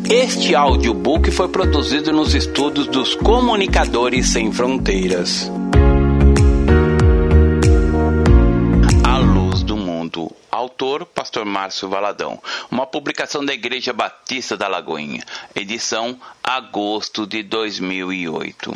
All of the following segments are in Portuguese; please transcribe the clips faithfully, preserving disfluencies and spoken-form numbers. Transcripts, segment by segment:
Este audiobook foi produzido nos estúdios dos Comunicadores Sem Fronteiras. A Luz do Mundo. Autor, Pastor Márcio Valadão. Uma publicação da Igreja Batista da Lagoinha. Edição, agosto de dois mil e oito.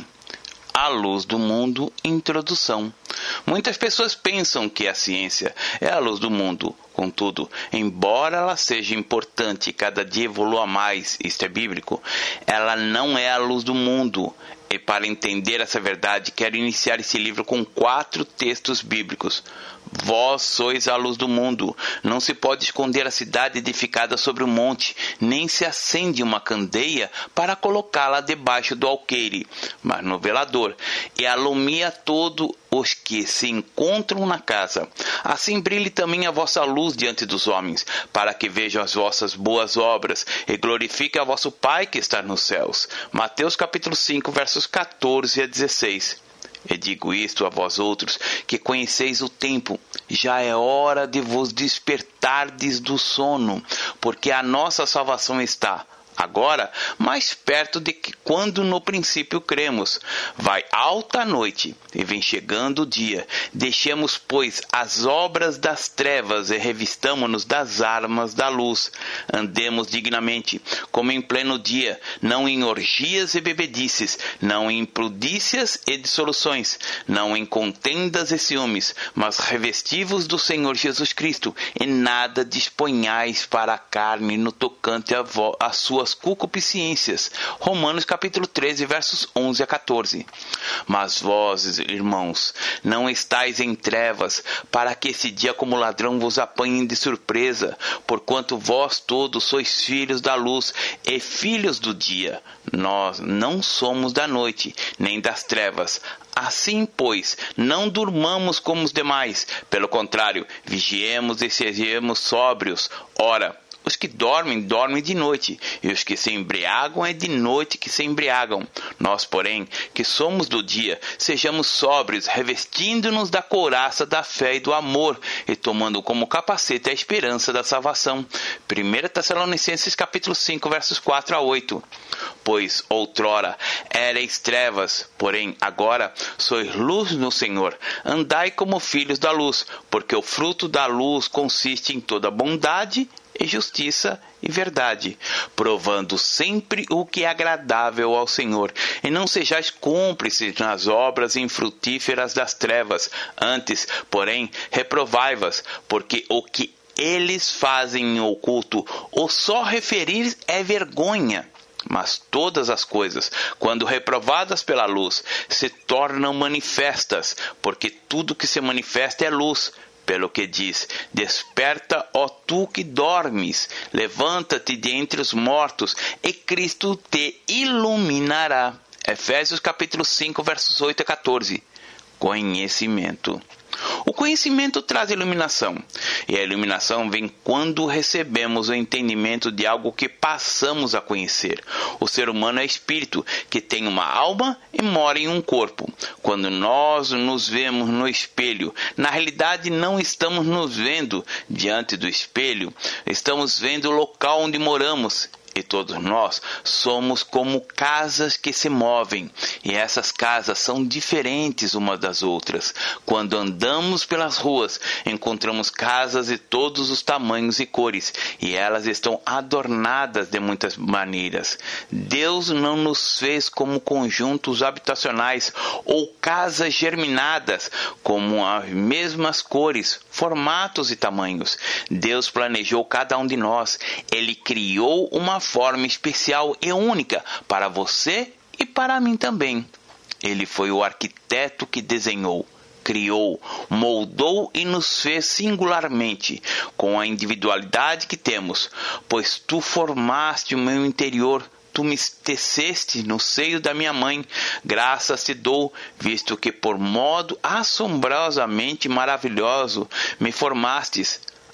A Luz do Mundo, introdução. Muitas pessoas pensam que a ciência é a luz do mundo. Contudo, embora ela seja importante e cada dia evolua mais, isto é bíblico, ela não é a luz do mundo. E para entender essa verdade, quero iniciar esse livro com quatro textos bíblicos. Vós sois a luz do mundo. Não se pode esconder a cidade edificada sobre o monte, nem se acende uma candeia para colocá-la debaixo do alqueire, mas no velador, e alumia todos os que se encontram na casa. Assim brilhe também a vossa luz diante dos homens, para que vejam as vossas boas obras e glorifiquem a vosso Pai que está nos céus. Mateus capítulo cinco, versos quatorze a dezesseis. E digo isto a vós outros, que conheceis o tempo, já é hora de vos despertardes do sono, porque a nossa salvação está agora mais perto de que quando no princípio cremos. Vai alta a noite e vem chegando o dia. Deixemos, pois, as obras das trevas e revistamo-nos das armas da luz. Andemos dignamente, como em pleno dia, não em orgias e bebedices, não em imprudícias e dissoluções, não em contendas e ciúmes, mas revestivos do Senhor Jesus Cristo, e nada disponhais para a carne no tocante a, vo- a suas concupiscências. Romanos capítulo treze, versos onze a quatorze. Mas vós, irmãos, não estáis em trevas, para que esse dia como ladrão vos apanhe de surpresa, porquanto vós todos sois filhos da luz e filhos do dia. Nós não somos da noite, nem das trevas. Assim, pois, não durmamos como os demais, pelo contrário, vigiemos e sejamos sóbrios. Ora, os que dormem, dormem de noite, e os que se embriagam, é de noite que se embriagam. Nós, porém, que somos do dia, sejamos sóbrios, revestindo-nos da couraça da fé e do amor, e tomando como capacete a esperança da salvação. primeira Tessalonicenses capítulo cinco, versos quatro a oito. Pois outrora éreis trevas, porém agora sois luz no Senhor. Andai como filhos da luz, porque o fruto da luz consiste em toda bondade e justiça e verdade, provando sempre o que é agradável ao Senhor, e não sejais cúmplices nas obras infrutíferas das trevas, antes, porém, reprovai-vas, porque o que eles fazem em oculto, ou só referir é vergonha. Mas todas as coisas, quando reprovadas pela luz, se tornam manifestas, porque tudo que se manifesta é luz. Pelo que diz, desperta, ó tu que dormes, levanta-te de entre os mortos, e Cristo te iluminará. Efésios capítulo cinco, versos oito a quatorze. Conhecimento. O conhecimento traz iluminação, e a iluminação vem quando recebemos o entendimento de algo que passamos a conhecer. O ser humano é espírito, que tem uma alma e mora em um corpo. Quando nós nos vemos no espelho, na realidade não estamos nos vendo diante do espelho, estamos vendo o local onde moramos. E todos nós somos como casas que se movem, e essas casas são diferentes umas das outras. Quando andamos pelas ruas, encontramos casas de todos os tamanhos e cores, e elas estão adornadas de muitas maneiras. Deus não nos fez como conjuntos habitacionais ou casas germinadas, como as mesmas cores, formatos e tamanhos. Deus planejou cada um de nós. Ele criou uma forma especial e única para você e para mim também. Ele foi o arquiteto que desenhou, criou, moldou e nos fez singularmente, com a individualidade que temos, pois tu formaste o meu interior. Tu me teceste no seio da minha mãe. Graças te dou, visto que por modo assombrosamente maravilhoso me formastes.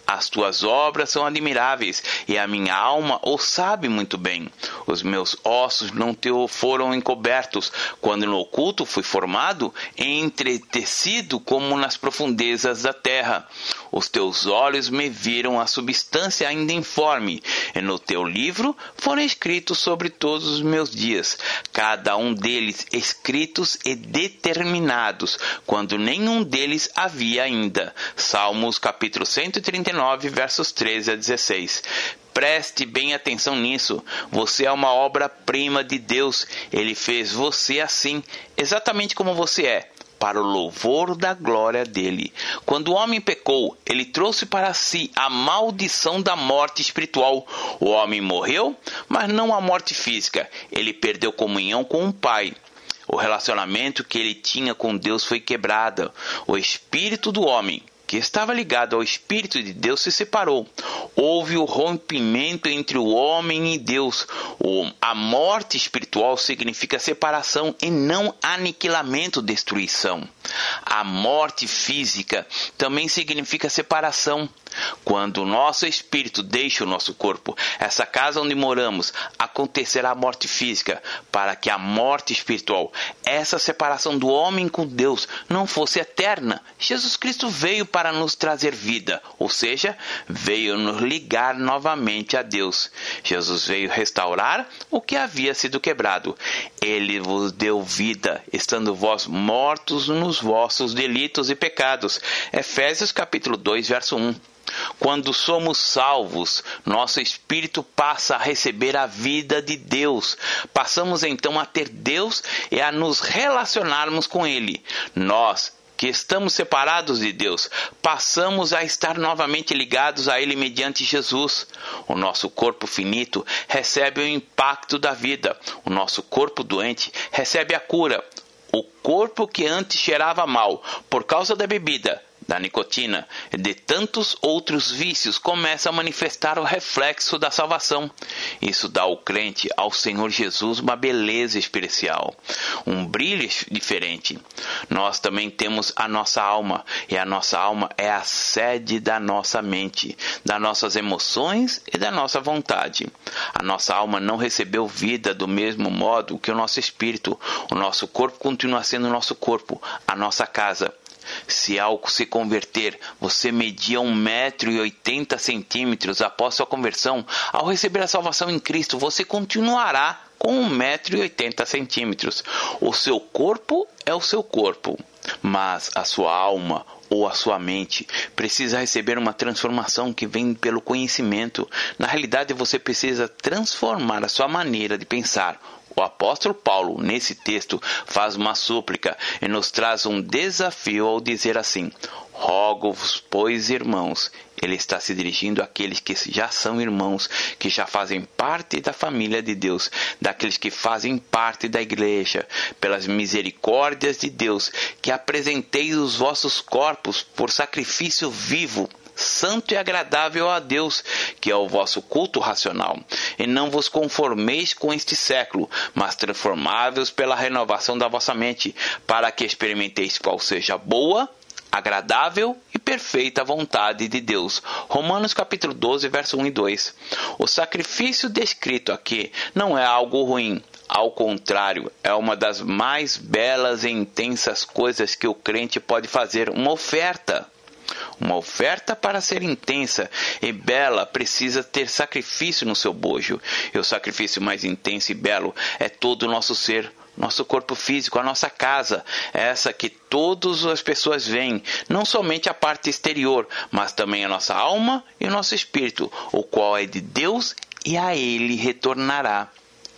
As tuas obras são admiráveis, e a minha alma o sabe muito bem. Os meus ossos não te foram encobertos, quando no oculto fui formado, entretecido como nas profundezas da terra. Os teus olhos me viram a substância ainda informe, e no teu livro foram escritos sobre todos os meus dias, cada um deles escritos e determinados, quando nenhum deles havia ainda. Salmos capítulo cento e trinta e nove, versos treze a dezesseis. Preste bem atenção nisso. Você é uma obra-prima de Deus. Ele fez você assim, exatamente como você é, para o louvor da glória dele. Quando o homem pecou, ele trouxe para si a maldição da morte espiritual. O homem morreu, mas não a morte física. Ele perdeu comunhão com o Pai. O relacionamento que ele tinha com Deus foi quebrado. O espírito do homem, que estava ligado ao Espírito de Deus, se separou. Houve o rompimento entre o homem e Deus. O, a morte espiritual significa separação e não aniquilamento, destruição. A morte física também significa separação. Quando o nosso espírito deixa o nosso corpo, essa casa onde moramos, acontecerá a morte física, para que a morte espiritual, essa separação do homem com Deus, não fosse eterna. Jesus Cristo veio para nos trazer vida, ou seja, veio nos ligar novamente a Deus. Jesus veio restaurar o que havia sido quebrado. Ele vos deu vida, estando vós mortos nos vossos delitos e pecados. Efésios capítulo dois, verso um. Quando somos salvos, nosso espírito passa a receber a vida de Deus. Passamos então a ter Deus e a nos relacionarmos com Ele. Nós, que estamos separados de Deus, passamos a estar novamente ligados a Ele mediante Jesus. O nosso corpo finito recebe o impacto da vida. O nosso corpo doente recebe a cura. O corpo que antes cheirava mal por causa da bebida, da nicotina e de tantos outros vícios começa a manifestar o reflexo da salvação. Isso dá ao crente, ao Senhor Jesus, uma beleza especial, um brilho diferente. Nós também temos a nossa alma, e a nossa alma é a sede da nossa mente, das nossas emoções e da nossa vontade. A nossa alma não recebeu vida do mesmo modo que o nosso espírito. O nosso corpo continua sendo o nosso corpo, a nossa casa. Se ao se converter, você media um metro e oitenta centímetros após sua conversão, ao receber a salvação em Cristo, você continuará com um metro e oitenta centímetros. O seu corpo é o seu corpo, mas a sua alma ou a sua mente precisa receber uma transformação que vem pelo conhecimento. Na realidade, você precisa transformar a sua maneira de pensar. O apóstolo Paulo, nesse texto, faz uma súplica e nos traz um desafio ao dizer assim: rogo-vos, pois, irmãos. Ele está se dirigindo àqueles que já são irmãos, que já fazem parte da família de Deus, daqueles que fazem parte da igreja, pelas misericórdias de Deus, que apresenteis os vossos corpos por sacrifício vivo, santo e agradável a Deus, que é o vosso culto racional. E não vos conformeis com este século, mas transformai-vos pela renovação da vossa mente, para que experimenteis qual seja a boa, agradável e perfeita vontade de Deus. Romanos capítulo doze, verso um e dois. O sacrifício descrito aqui não é algo ruim. Ao contrário, é uma das mais belas e intensas coisas que o crente pode fazer, uma oferta. Uma oferta, para ser intensa e bela, precisa ter sacrifício no seu bojo. E o sacrifício mais intenso e belo é todo o nosso ser, nosso corpo físico, a nossa casa, essa que todas as pessoas veem, não somente a parte exterior, mas também a nossa alma e o nosso espírito, o qual é de Deus e a Ele retornará.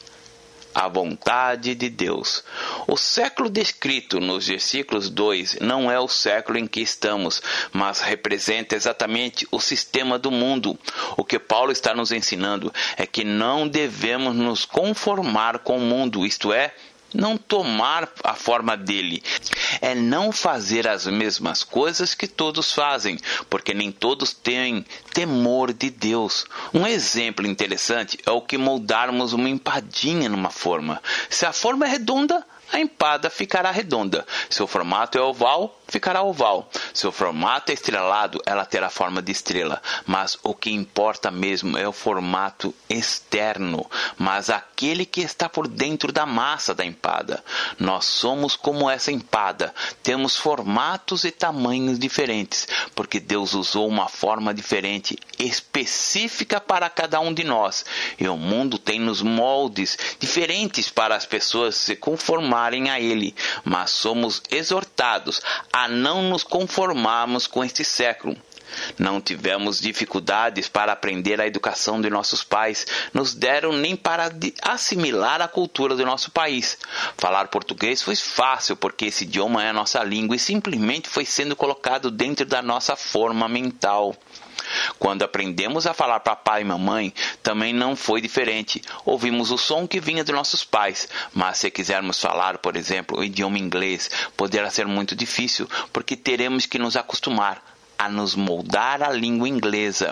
A vontade de Deus. O século descrito nos versículos dois não é o século em que estamos, mas representa exatamente o sistema do mundo. O que Paulo está nos ensinando é que não devemos nos conformar com o mundo, isto é, não tomar a forma dele, é não fazer as mesmas coisas que todos fazem, porque nem todos têm temor de Deus. Um exemplo interessante é o que moldarmos uma empadinha numa forma. Se a forma é redonda, a empada ficará redonda. Se o formato é oval, ficará oval. Se o formato é estrelado, ela terá forma de estrela. Mas o que importa mesmo é o formato externo, mas aquele que está por dentro da massa da empada. Nós somos como essa empada. Temos formatos e tamanhos diferentes, porque Deus usou uma forma diferente, específica para cada um de nós. E o mundo tem nos moldes diferentes para as pessoas se conformarem a ele, mas somos exortados a não nos conformarmos com este século. Não tivemos dificuldades para aprender a educação de nossos pais, nos deram nem para assimilar a cultura do nosso país. Falar português foi fácil, porque esse idioma é a nossa língua e simplesmente foi sendo colocado dentro da nossa forma mental. Quando aprendemos a falar papai e mamãe, também não foi diferente. Ouvimos o som que vinha de nossos pais, mas se quisermos falar, por exemplo, o idioma inglês, poderá ser muito difícil, porque teremos que nos acostumar a nos moldar à língua inglesa.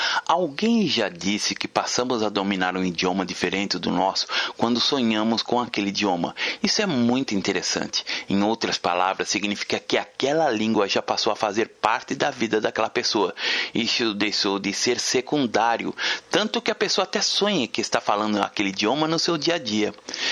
Alguém já disse que passamos a dominar um idioma diferente do nosso quando sonhamos com aquele idioma. Isso é muito interessante. Em outras palavras, significa que aquela língua já passou a fazer parte da vida daquela pessoa. Isso deixou de ser secundário, tanto que a pessoa até sonha que está falando aquele idioma no seu dia a dia.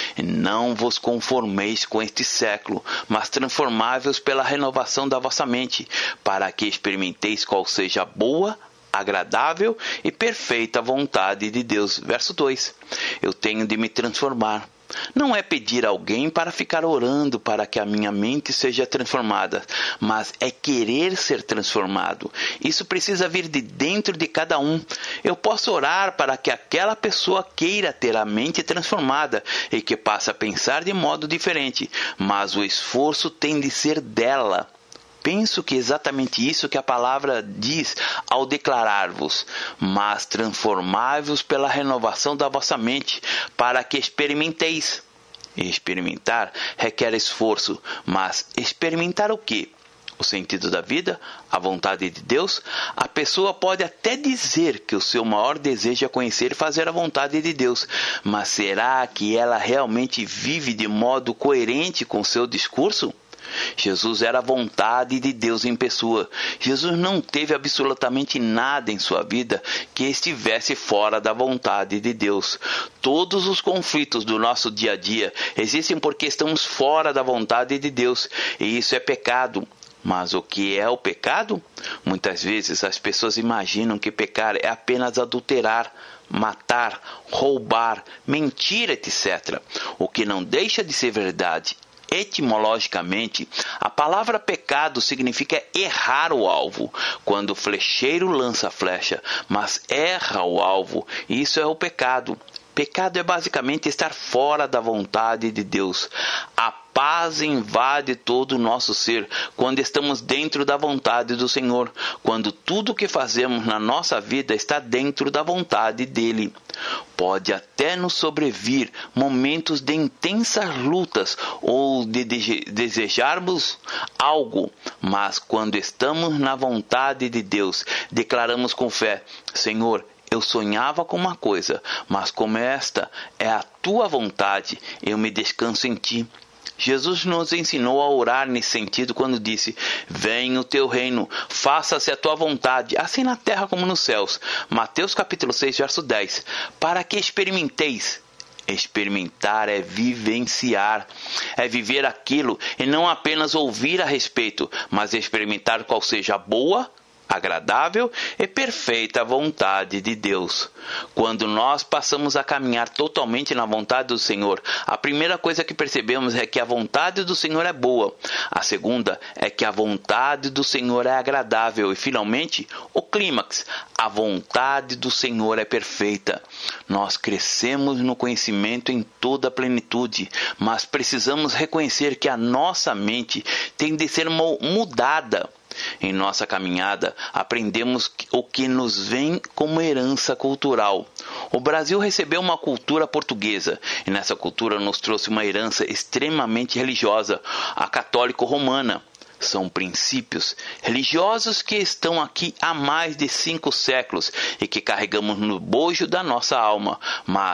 Não vos conformeis com este século, mas transformáveis pela renovação da vossa mente, para que experimenteis qual seja a boa, agradável e perfeita vontade de Deus. Verso dois. Eu tenho de me transformar. Não é pedir a alguém para ficar orando para que a minha mente seja transformada, mas é querer ser transformado. Isso precisa vir de dentro de cada um. Eu posso orar para que aquela pessoa queira ter a mente transformada e que passe a pensar de modo diferente, mas o esforço tem de ser dela. Penso que é exatamente isso que a palavra diz ao declarar-vos, mas transformai-vos pela renovação da vossa mente, para que experimenteis. E experimentar requer esforço, mas experimentar o quê? O sentido da vida, a vontade de Deus. A pessoa pode até dizer que o seu maior desejo é conhecer e fazer a vontade de Deus, mas será que ela realmente vive de modo coerente com o seu discurso? Jesus era a vontade de Deus em pessoa. Jesus não teve absolutamente nada em sua vida que estivesse fora da vontade de Deus. Todos os conflitos do nosso dia a dia existem porque estamos fora da vontade de Deus, e isso é pecado. Mas o que é o pecado? Muitas vezes as pessoas imaginam que pecar é apenas adulterar, matar, roubar, mentir, etcétera. O que não deixa de ser verdade. Etimologicamente, a palavra pecado significa errar o alvo. Quando o flecheiro lança a flecha, mas erra o alvo, isso é o pecado. Pecado é basicamente estar fora da vontade de Deus. A paz invade todo o nosso ser quando estamos dentro da vontade do Senhor, quando tudo o que fazemos na nossa vida está dentro da vontade dele. Pode até nos sobrevir momentos de intensas lutas ou de desejarmos algo, mas quando estamos na vontade de Deus, declaramos com fé: Senhor, eu sonhava com uma coisa, mas como esta é a tua vontade, eu me descanso em ti. Jesus nos ensinou a orar nesse sentido quando disse: venha o teu reino, faça-se a tua vontade, assim na terra como nos céus. Mateus capítulo seis, verso dez. Para que experimenteis. Experimentar é vivenciar, é viver aquilo e não apenas ouvir a respeito, mas experimentar qual seja a boa, agradável e perfeita vontade de Deus. Quando nós passamos a caminhar totalmente na vontade do Senhor, a primeira coisa que percebemos é que a vontade do Senhor é boa. A segunda é que a vontade do Senhor é agradável. E finalmente, o clímax, a vontade do Senhor é perfeita. Nós crescemos no conhecimento em toda a plenitude, mas precisamos reconhecer que a nossa mente tem de ser mudada. Em nossa caminhada, aprendemos o que nos vem como herança cultural. O Brasil recebeu uma cultura portuguesa, e nessa cultura nos trouxe uma herança extremamente religiosa, a católico-romana. São princípios religiosos que estão aqui há mais de cinco séculos e que carregamos no bojo da nossa alma. Mas,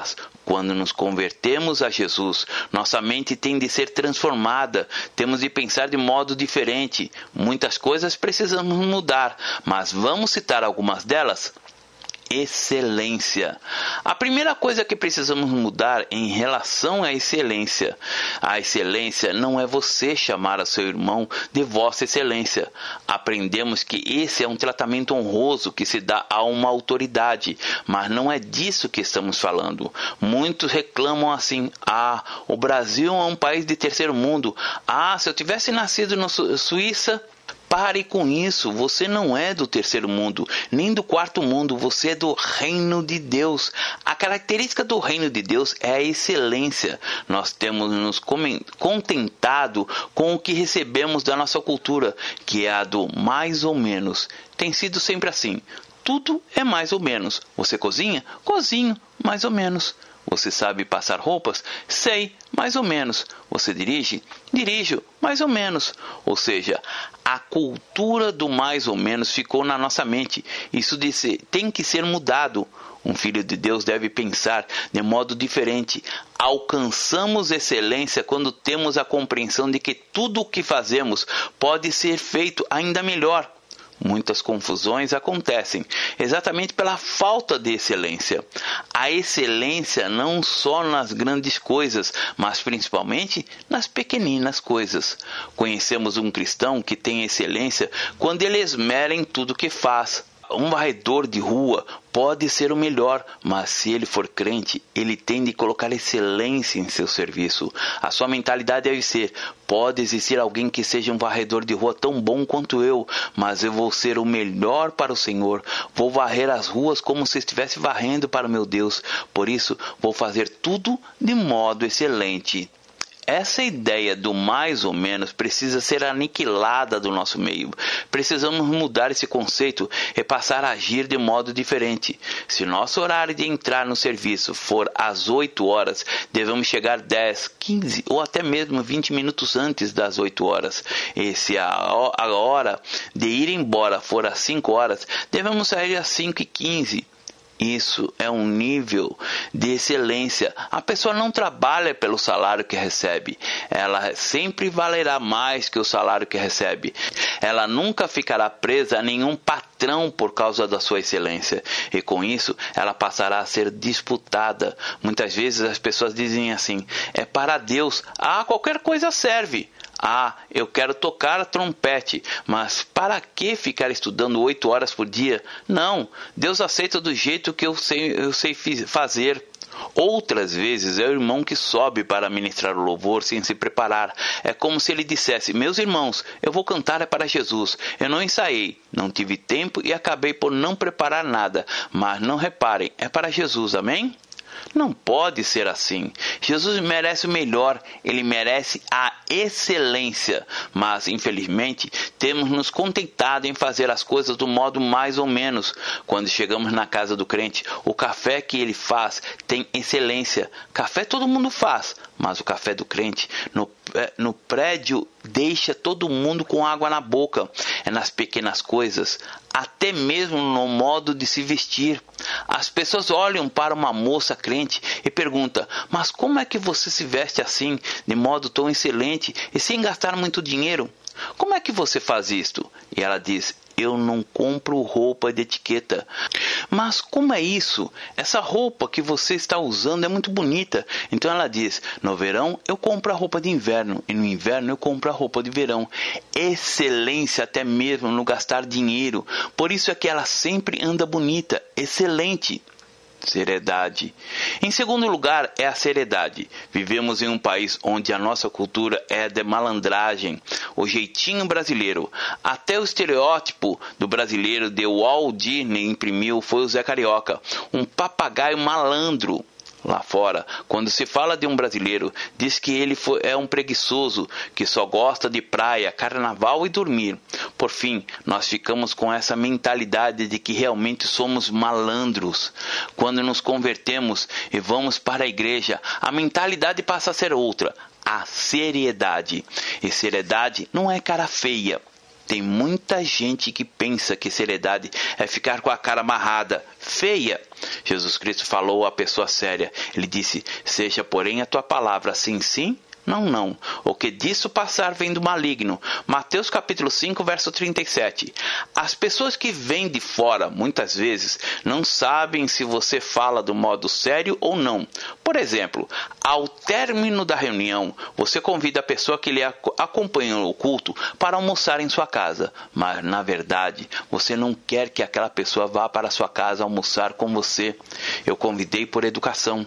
Quando nos convertemos a Jesus, nossa mente tem de ser transformada, temos de pensar de modo diferente. Muitas coisas precisamos mudar, mas vamos citar algumas delas? Excelência. A primeira coisa que precisamos mudar em relação à excelência. A excelência não é você chamar a seu irmão de Vossa Excelência. Aprendemos que esse é um tratamento honroso que se dá a uma autoridade, mas não é disso que estamos falando. Muitos reclamam assim: ah, o Brasil é um país de terceiro mundo. Ah, se eu tivesse nascido na Su- Suíça... Pare com isso, você não é do terceiro mundo, nem do quarto mundo, você é do reino de Deus. A característica do reino de Deus é a excelência. Nós temos nos contentado com o que recebemos da nossa cultura, que é a do mais ou menos. Tem sido sempre assim, tudo é mais ou menos. Você cozinha? Cozinho, mais ou menos. Você sabe passar roupas? Sei, mais ou menos. Você dirige? Dirijo, mais ou menos. Ou seja, a cultura do mais ou menos ficou na nossa mente. Isso disse, tem que ser mudado. Um filho de Deus deve pensar de modo diferente. Alcançamos excelência quando temos a compreensão de que tudo o que fazemos pode ser feito ainda melhor. Muitas confusões acontecem exatamente pela falta de excelência. A excelência não só nas grandes coisas, mas principalmente nas pequeninas coisas. Conhecemos um cristão que tem excelência quando ele esmera em tudo que faz. Um varredor de rua pode ser o melhor, mas se ele for crente, ele tem de colocar excelência em seu serviço. A sua mentalidade deve ser: pode existir alguém que seja um varredor de rua tão bom quanto eu, mas eu vou ser o melhor para o Senhor. Vou varrer as ruas como se estivesse varrendo para o meu Deus. Por isso, vou fazer tudo de modo excelente. Essa ideia do mais ou menos precisa ser aniquilada do nosso meio. Precisamos mudar esse conceito e passar a agir de modo diferente. Se nosso horário de entrar no serviço for às oito horas, devemos chegar dez, quinze ou até mesmo vinte minutos antes das oito horas. E se a hora de ir embora for às cinco horas, devemos sair às cinco e quinze. Isso é um nível de excelência. A pessoa não trabalha pelo salário que recebe. Ela sempre valerá mais que o salário que recebe. Ela nunca ficará presa a nenhum patrão por causa da sua excelência. E com isso, ela passará a ser disputada. Muitas vezes as pessoas dizem assim: é para Deus. Ah, qualquer coisa serve. Ah, eu quero tocar trompete, mas para que ficar estudando oito horas por dia? Não, Deus aceita do jeito que eu sei, eu sei fazer. Outras vezes é o irmão que sobe para ministrar o louvor sem se preparar. É como se ele dissesse: meus irmãos, eu vou cantar é para Jesus. Eu não ensaiei, não tive tempo e acabei por não preparar nada. Mas não reparem, é para Jesus, amém? Não pode ser assim. Jesus merece o melhor, ele merece a excelência, mas infelizmente temos nos contentado em fazer as coisas do modo mais ou menos. Quando chegamos na casa do crente, o café que ele faz tem excelência. Café todo mundo faz, mas o café do crente no, no prédio deixa todo mundo com água na boca. É nas pequenas coisas, até mesmo no modo de se vestir. As pessoas olham para uma moça crente e perguntam: mas como é que você se veste assim, de modo tão excelente e sem gastar muito dinheiro? Como é que você faz isto? E ela diz: eu não compro roupa de etiqueta. Mas como é isso? Essa roupa que você está usando é muito bonita. Então ela diz: no verão eu compro a roupa de inverno e no inverno eu compro a roupa de verão. Excelência até mesmo no gastar dinheiro. Por isso é que ela sempre anda bonita, excelente. Seriedade. Em segundo lugar é a seriedade. Vivemos em um país onde a nossa cultura é de malandragem, o jeitinho brasileiro. Até o estereótipo do brasileiro de Walt Disney imprimiu foi o Zé Carioca, um papagaio malandro. Lá fora, quando se fala de um brasileiro, diz que ele foi, é um preguiçoso, que só gosta de praia, carnaval e dormir. Por fim, nós ficamos com essa mentalidade de que realmente somos malandros. Quando nos convertemos e vamos para a igreja, a mentalidade passa a ser outra, a seriedade. E seriedade não é cara feia. Tem muita gente que pensa que seriedade é ficar com a cara amarrada, feia. Jesus Cristo falou à pessoa séria. Ele disse, seja porém a tua palavra sim, sim, não, não. O que disso passar vem do maligno. Mateus capítulo cinco, verso trinta e sete. As pessoas que vêm de fora, muitas vezes, não sabem se você fala do modo sério ou não. Por exemplo, ao término da reunião, você convida a pessoa que lhe acompanhou o culto para almoçar em sua casa. Mas, na verdade, você não quer que aquela pessoa vá para a sua casa almoçar com você. Eu convidei por educação.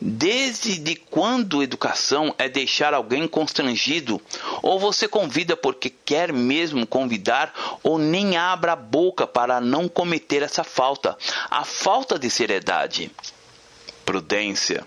Desde quando educação é deixar alguém constrangido? Ou você convida porque quer mesmo convidar, ou nem abra a boca para não cometer essa falta, a falta de seriedade. Prudência.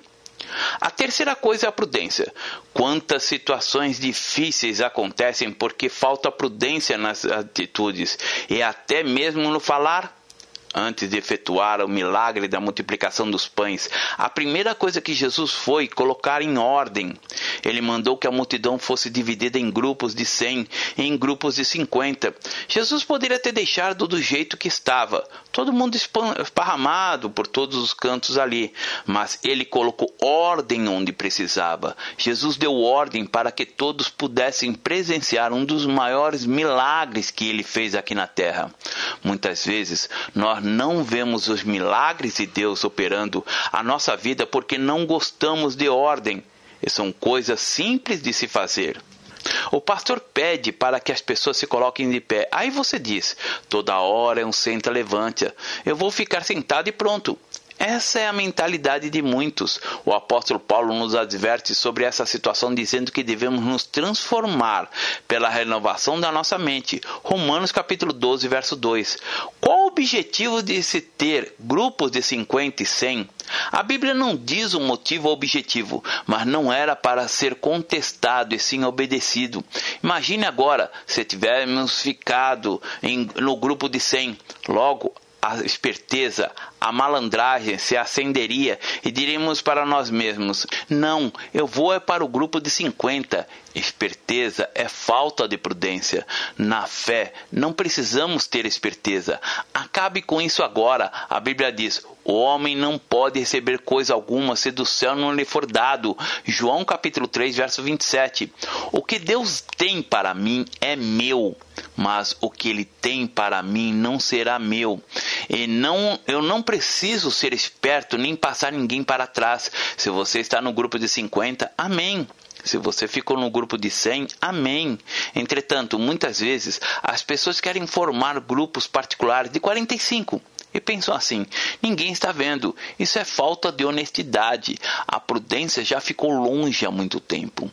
A terceira coisa é a prudência. Quantas situações difíceis acontecem porque falta prudência nas atitudes e até mesmo no falar? Antes de efetuar o milagre da multiplicação dos pães, a primeira coisa que Jesus foi colocar em ordem. Ele mandou que a multidão fosse dividida em grupos de cem e em grupos de cinquenta. Jesus poderia ter deixado do jeito que estava, todo mundo esparramado por todos os cantos ali, mas ele colocou ordem onde precisava. Jesus deu ordem para que todos pudessem presenciar um dos maiores milagres que ele fez aqui na terra. Muitas vezes, nós não vemos os milagres de Deus operando a nossa vida porque não gostamos de ordem. E são coisas simples de se fazer. O pastor pede para que as pessoas se coloquem de pé. Aí você diz, toda hora é um senta, levanta. Eu vou ficar sentado e pronto. Essa é a mentalidade de muitos. O apóstolo Paulo nos adverte sobre essa situação dizendo que devemos nos transformar pela renovação da nossa mente. Romanos capítulo doze, verso dois. Qual o objetivo de se ter grupos de cinquenta e cem? A Bíblia não diz o motivo ou objetivo, mas não era para ser contestado e sim obedecido. Imagine agora se tivéssemos ficado em, no grupo de cem. Logo, a esperteza, a malandragem se acenderia e diríamos para nós mesmos, não, eu vou é para o grupo de cinquenta. Esperteza é falta de prudência. Na fé, não precisamos ter esperteza. Acabe com isso agora. A Bíblia diz, o homem não pode receber coisa alguma se do céu não lhe for dado. João capítulo três, verso vinte e sete. O que Deus tem para mim é meu, mas o que Ele tem para mim não será meu. E não, eu não preciso ser esperto nem passar ninguém para trás. Se você está no grupo de cinquenta, amém. Se você ficou no grupo de cem, amém. Entretanto, muitas vezes, as pessoas querem formar grupos particulares de quarenta e cinco. E pensam assim, ninguém está vendo. Isso é falta de honestidade. A prudência já ficou longe há muito tempo.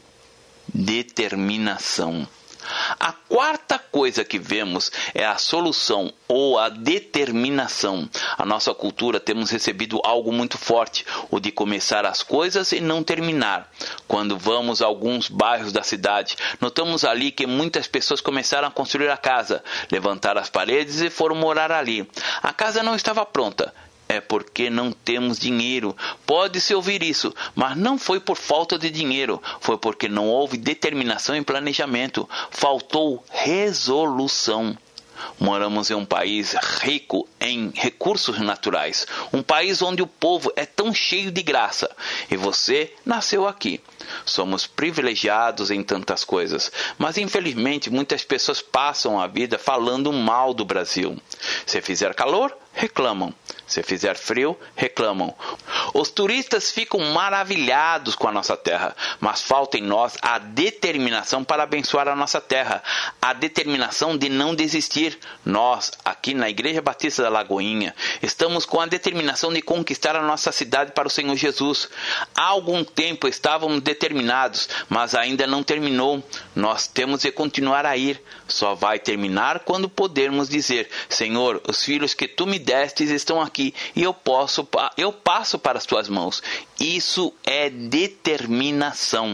Determinação. A quarta coisa que vemos é a solução ou a determinação. A nossa cultura temos recebido algo muito forte, o de começar as coisas e não terminar. Quando vamos a alguns bairros da cidade, notamos ali que muitas pessoas começaram a construir a casa, levantaram as paredes e foram morar ali. A casa não estava pronta. É porque não temos dinheiro. Pode-se ouvir isso, mas não foi por falta de dinheiro. Foi porque não houve determinação e planejamento. Faltou resolução. Moramos em um país rico em recursos naturais. Um país onde o povo é tão cheio de graça. E você nasceu aqui. Somos privilegiados em tantas coisas. Mas infelizmente muitas pessoas passam a vida falando mal do Brasil. Se fizer calor, reclamam. Se fizer frio, reclamam. Os turistas ficam maravilhados com a nossa terra, mas falta em nós a determinação para abençoar a nossa terra, a determinação de não desistir. Nós, aqui na Igreja Batista da Lagoinha, estamos com a determinação de conquistar a nossa cidade para o Senhor Jesus. Há algum tempo estávamos determinados, mas ainda não terminou. Nós temos de continuar a ir. Só vai terminar quando podermos dizer, Senhor, os filhos que tu me destes estão aqui. E eu, posso, eu passo para as tuas mãos. Isso é determinação.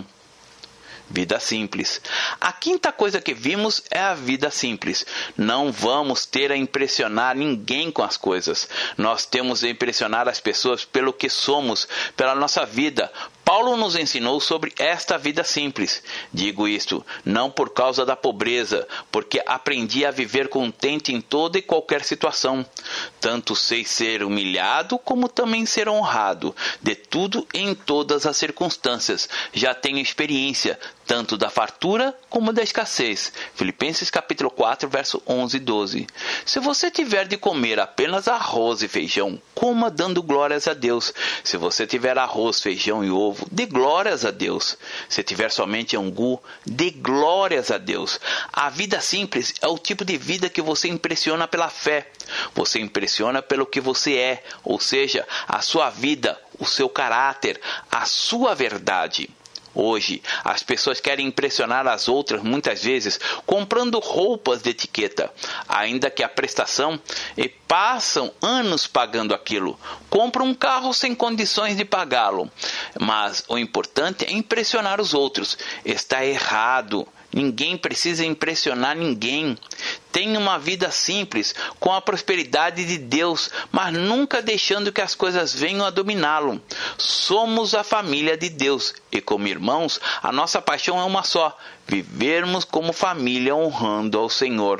Vida simples. A quinta coisa que vimos é a vida simples. Não vamos ter a impressionar ninguém com as coisas. Nós temos a impressionar as pessoas pelo que somos, pela nossa vida. Paulo nos ensinou sobre esta vida simples. Digo isto, não por causa da pobreza, porque aprendi a viver contente em toda e qualquer situação. Tanto sei ser humilhado, como também ser honrado. De tudo e em todas as circunstâncias. Já tenho experiência, tanto da fartura como da escassez. Filipenses capítulo quatro, verso onze e doze. Se você tiver de comer apenas arroz e feijão, coma dando glórias a Deus. Se você tiver arroz, feijão e ovo, dê glórias a Deus. Se tiver somente angu, dê glórias a Deus. A vida simples é o tipo de vida que você impressiona pela fé. Você impressiona pelo que você é, ou seja, a sua vida, o seu caráter, a sua verdade. Hoje, as pessoas querem impressionar as outras muitas vezes comprando roupas de etiqueta, ainda que a prestação, e passam anos pagando aquilo. Compram um carro sem condições de pagá-lo, mas o importante é impressionar os outros. Está errado. Ninguém precisa impressionar ninguém. Tenha uma vida simples, com a prosperidade de Deus, mas nunca deixando que as coisas venham a dominá-lo. Somos a família de Deus e, como irmãos, a nossa paixão é uma só: vivermos como família honrando ao Senhor.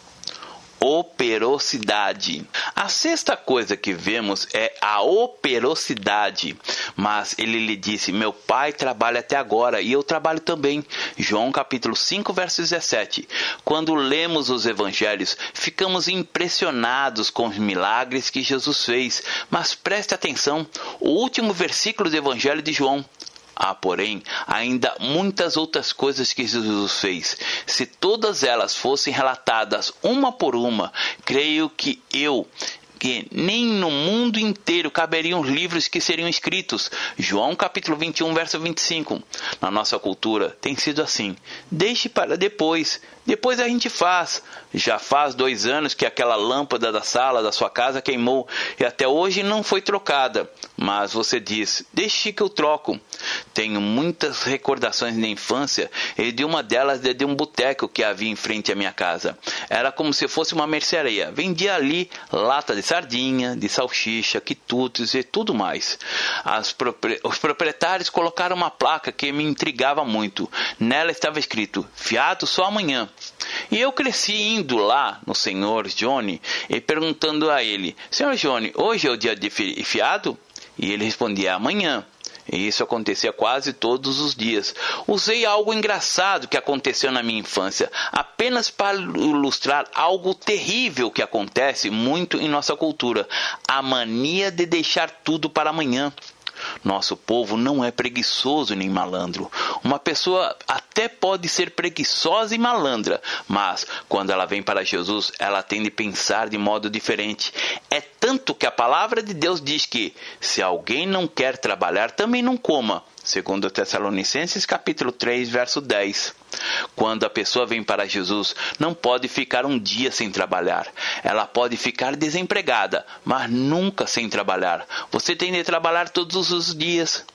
Operosidade. A sexta coisa que vemos é a operosidade. Mas ele lhe disse: meu pai trabalha até agora e eu trabalho também. João capítulo cinco, verso dezessete. Quando lemos os evangelhos, ficamos impressionados com os milagres que Jesus fez. Mas preste atenção, o último versículo do evangelho de João. Há, porém, ainda muitas outras coisas que Jesus fez. Se todas elas fossem relatadas uma por uma, creio que eu... que nem no mundo inteiro caberiam livros que seriam escritos. João capítulo vinte e um, verso vinte e cinco. Na nossa cultura tem sido assim: deixe para depois, depois a gente faz. Já faz dois anos que aquela lâmpada da sala da sua casa queimou e até hoje não foi trocada. Mas você diz: deixe que eu troco. Tenho muitas recordações da infância e de uma delas é de um boteco que havia em frente à minha casa. Era como se fosse uma mercearia. Vendia ali lata de sardinha, de salsicha, quitutes e tudo mais. As propri... Os proprietários colocaram uma placa que me intrigava muito. Nela estava escrito: fiado só amanhã. E eu cresci indo lá no senhor Johnny e perguntando a ele: senhor Johnny, hoje é o dia de fiado? E ele respondia: amanhã. E isso acontecia quase todos os dias. Usei algo engraçado que aconteceu na minha infância, apenas para ilustrar algo terrível que acontece muito em nossa cultura: a mania de deixar tudo para amanhã. Nosso povo não é preguiçoso nem malandro. Uma pessoa até pode ser preguiçosa e malandra, mas quando ela vem para Jesus, ela tem de pensar de modo diferente. É tanto que a palavra de Deus diz que, se alguém não quer trabalhar, também não coma. Segundo Tessalonicenses capítulo três, verso dez. Quando a pessoa vem para Jesus, não pode ficar um dia sem trabalhar. Ela pode ficar desempregada, mas nunca sem trabalhar. Você tem de trabalhar todos os dias.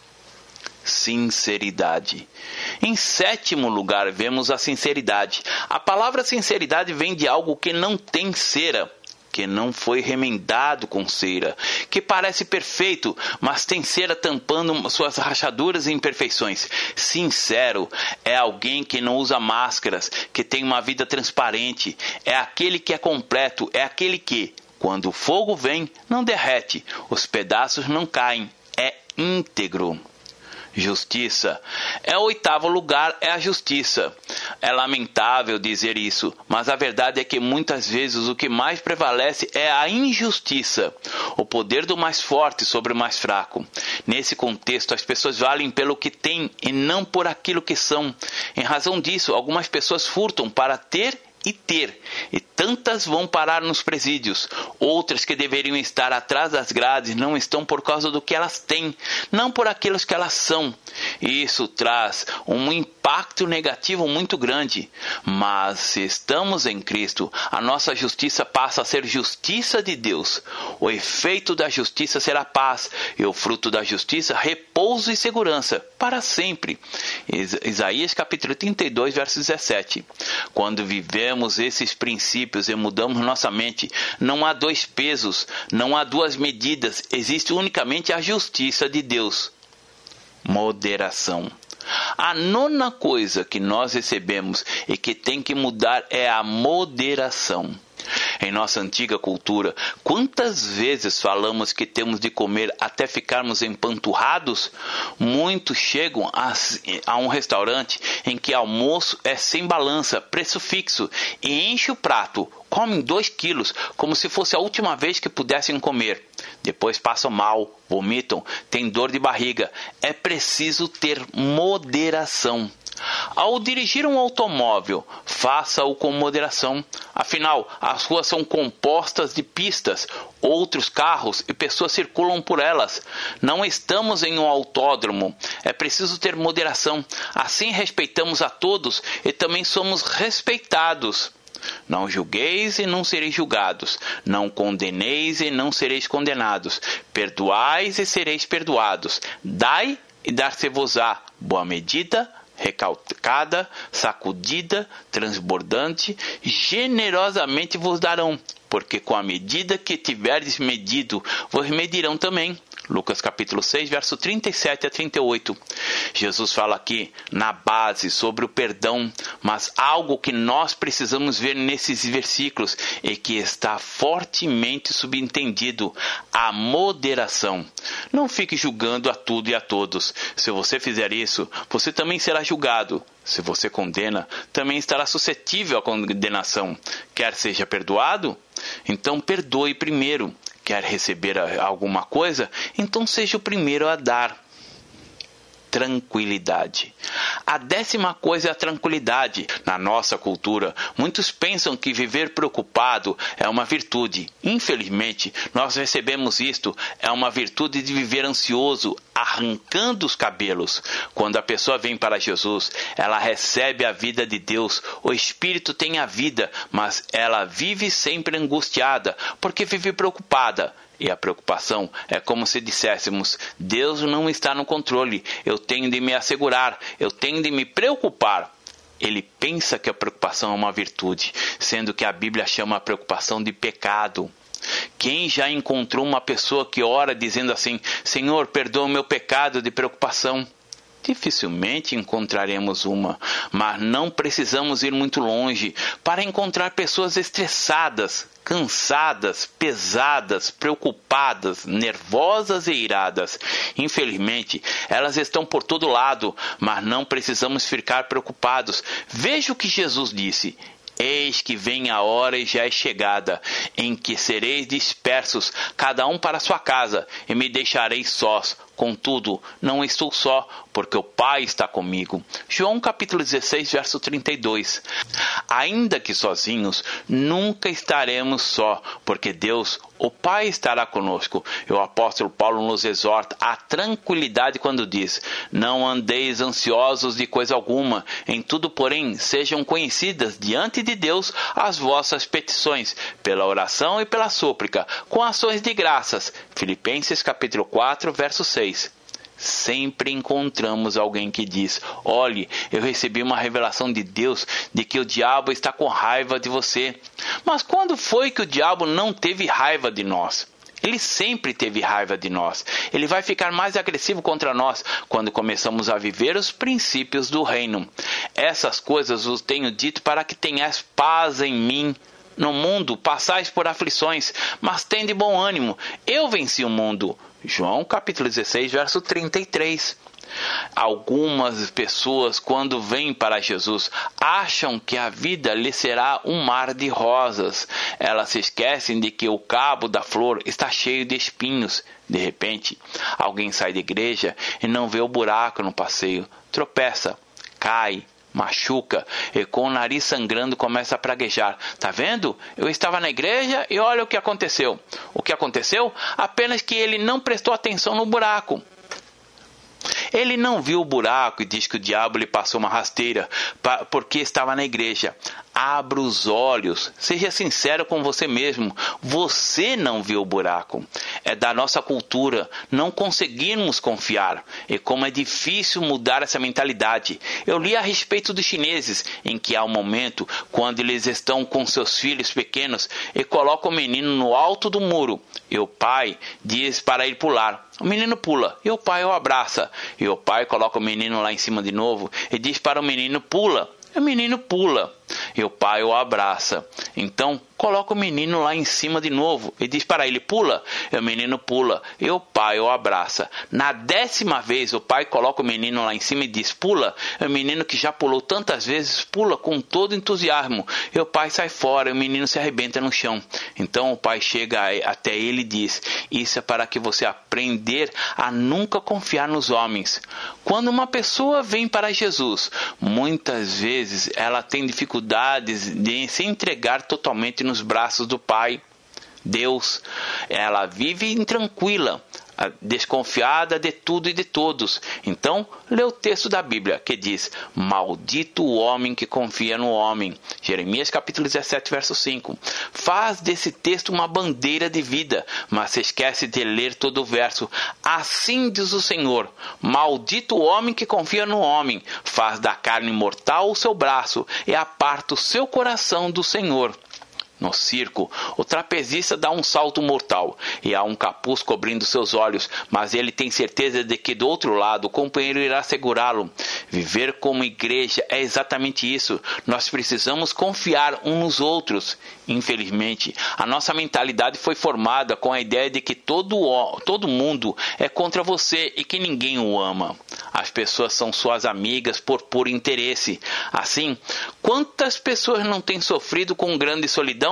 Sinceridade. Em sétimo lugar, vemos a sinceridade. A palavra sinceridade vem de algo que não tem cera, que não foi remendado com cera, que parece perfeito, mas tem cera tampando suas rachaduras e imperfeições. Sincero é alguém que não usa máscaras, que tem uma vida transparente, é aquele que é completo, é aquele que, quando o fogo vem, não derrete, os pedaços não caem, é íntegro. Justiça. É o oitavo lugar, é a justiça. É lamentável dizer isso, mas a verdade é que muitas vezes o que mais prevalece é a injustiça, o poder do mais forte sobre o mais fraco. Nesse contexto, as pessoas valem pelo que têm e não por aquilo que são. Em razão disso, algumas pessoas furtam para ter e ter, e tantas vão parar nos presídios. Outras que deveriam estar atrás das grades não estão por causa do que elas têm, não por aquilo que elas são. Isso traz um impacto negativo muito grande. Mas se estamos em Cristo, a nossa justiça passa a ser justiça de Deus. O efeito da justiça será paz, e o fruto da justiça, repouso e segurança para sempre. Isaías capítulo trinta e dois, verso dezessete. Quando vivemos esses princípios e mudamos nossa mente, não há dois pesos, não há duas medidas, existe unicamente a justiça de Deus. Moderação. A nona coisa que nós recebemos e que tem que mudar é a moderação. Em nossa antiga cultura, quantas vezes falamos que temos de comer até ficarmos empanturrados? Muitos chegam a, a um restaurante em que almoço é sem balança, preço fixo, e enche o prato, comem dois quilos, como se fosse a última vez que pudessem comer. Depois passam mal, vomitam, têm dor de barriga. É preciso ter moderação. Ao dirigir um automóvel, faça-o com moderação. Afinal, as ruas são compostas de pistas. Outros carros e pessoas circulam por elas. Não estamos em um autódromo. É preciso ter moderação. Assim respeitamos a todos e também somos respeitados. Não julgueis e não sereis julgados. Não condeneis e não sereis condenados. Perdoais e sereis perdoados. Dai e dar-se-vos-á boa medida, recalcada, sacudida, transbordante, generosamente vos darão, porque com a medida que tiverdes medido, vos medirão também. Lucas capítulo seis, verso trinta e sete a trinta e oito. Jesus fala aqui na base sobre o perdão, mas algo que nós precisamos ver nesses versículos e que está fortemente subentendido: a moderação. Não fique julgando a tudo e a todos. Se você fizer isso, você também será julgado. Se você condena, também estará suscetível à condenação. Quer seja perdoado? Então perdoe primeiro. Quer receber alguma coisa? Então seja o primeiro a dar. Tranquilidade. A décima coisa é a tranquilidade. Na nossa cultura, muitos pensam que viver preocupado é uma virtude. Infelizmente, nós recebemos isto, é uma virtude de viver ansioso, arrancando os cabelos. Quando a pessoa vem para Jesus, ela recebe a vida de Deus. O Espírito tem a vida, mas ela vive sempre angustiada, porque vive preocupada. E a preocupação é como se disséssemos: Deus não está no controle, eu tenho de me assegurar, eu tenho de me preocupar. Ele pensa que a preocupação é uma virtude, sendo que a Bíblia chama a preocupação de pecado. Quem já encontrou uma pessoa que ora dizendo assim: Senhor, perdoa o meu pecado de preocupação? Dificilmente encontraremos uma, mas não precisamos ir muito longe para encontrar pessoas estressadas, cansadas, pesadas, preocupadas, nervosas e iradas. Infelizmente, elas estão por todo lado, mas não precisamos ficar preocupados. Veja o que Jesus disse: Eis que vem a hora e já é chegada, em que sereis dispersos, cada um para sua casa, e me deixareis sós. Contudo, não estou só, porque o Pai está comigo. João capítulo dezesseis, verso trinta e dois. Ainda que sozinhos, nunca estaremos só, porque Deus, o Pai, estará conosco. E o apóstolo Paulo nos exorta à tranquilidade quando diz: Não andeis ansiosos de coisa alguma, em tudo, porém, sejam conhecidas diante de Deus as vossas petições, pela oração e pela súplica, com ações de graças. Filipenses capítulo quatro, verso seis. Sempre encontramos alguém que diz: olhe, eu recebi uma revelação de Deus de que o diabo está com raiva de você. Mas quando foi que o diabo não teve raiva de nós? Ele sempre teve raiva de nós. Ele vai ficar mais agressivo contra nós quando começamos a viver os princípios do reino. Essas coisas vos tenho dito para que tenhais paz em mim. No mundo passais por aflições, mas tende bom ânimo. Eu venci o mundo. João capítulo dezesseis, verso trinta e três. Algumas pessoas, quando vêm para Jesus, acham que a vida lhe será um mar de rosas. Elas se esquecem de que o cabo da flor está cheio de espinhos. De repente, alguém sai da igreja e não vê o buraco no passeio. Tropeça, cai, machuca e com o nariz sangrando começa a praguejar. Tá vendo? Eu estava na igreja e olha o que aconteceu. O que aconteceu? Apenas que ele não prestou atenção no buraco. Ele não viu o buraco e diz que o diabo lhe passou uma rasteira porque estava na igreja. Abra os olhos, seja sincero com você mesmo. Você não viu o buraco. É da nossa cultura não conseguirmos confiar. E como é difícil mudar essa mentalidade. Eu li a respeito dos chineses, em que há um momento, quando eles estão com seus filhos pequenos, e colocam o menino no alto do muro, e o pai diz para ele pular. O menino pula, e o pai o abraça. E o pai coloca o menino lá em cima de novo, e diz para o menino pula. O menino pula e o pai o abraça. Então coloca o menino lá em cima de novo e diz para ele pula. E o menino pula e o pai o abraça. Na décima vez o pai coloca o menino lá em cima e diz pula. E o menino, que já pulou tantas vezes, pula com todo entusiasmo. E o pai sai fora e o menino se arrebenta no chão. Então o pai chega até ele e diz: isso é para que você aprender a nunca confiar nos homens. Quando uma pessoa vem para Jesus, muitas vezes ela tem dificuldades de se entregar totalmente nos braços do Pai, Deus. Ela vive intranquila, desconfiada de tudo e de todos. Então, lê o texto da Bíblia que diz: maldito o homem que confia no homem. Jeremias capítulo dezessete, verso cinco. Faz desse texto uma bandeira de vida, mas se esquece de ler todo o verso. Assim diz o Senhor: maldito o homem que confia no homem, faz da carne mortal o seu braço e aparta o seu coração do Senhor. No circo, o trapezista dá um salto mortal e há um capuz cobrindo seus olhos, mas ele tem certeza de que do outro lado o companheiro irá segurá-lo. Viver como igreja é exatamente isso. Nós precisamos confiar uns nos outros. Infelizmente, a nossa mentalidade foi formada com a ideia de que todo, todo mundo é contra você e que ninguém o ama. As pessoas são suas amigas por puro interesse. Assim, quantas pessoas não têm sofrido com grande solidão?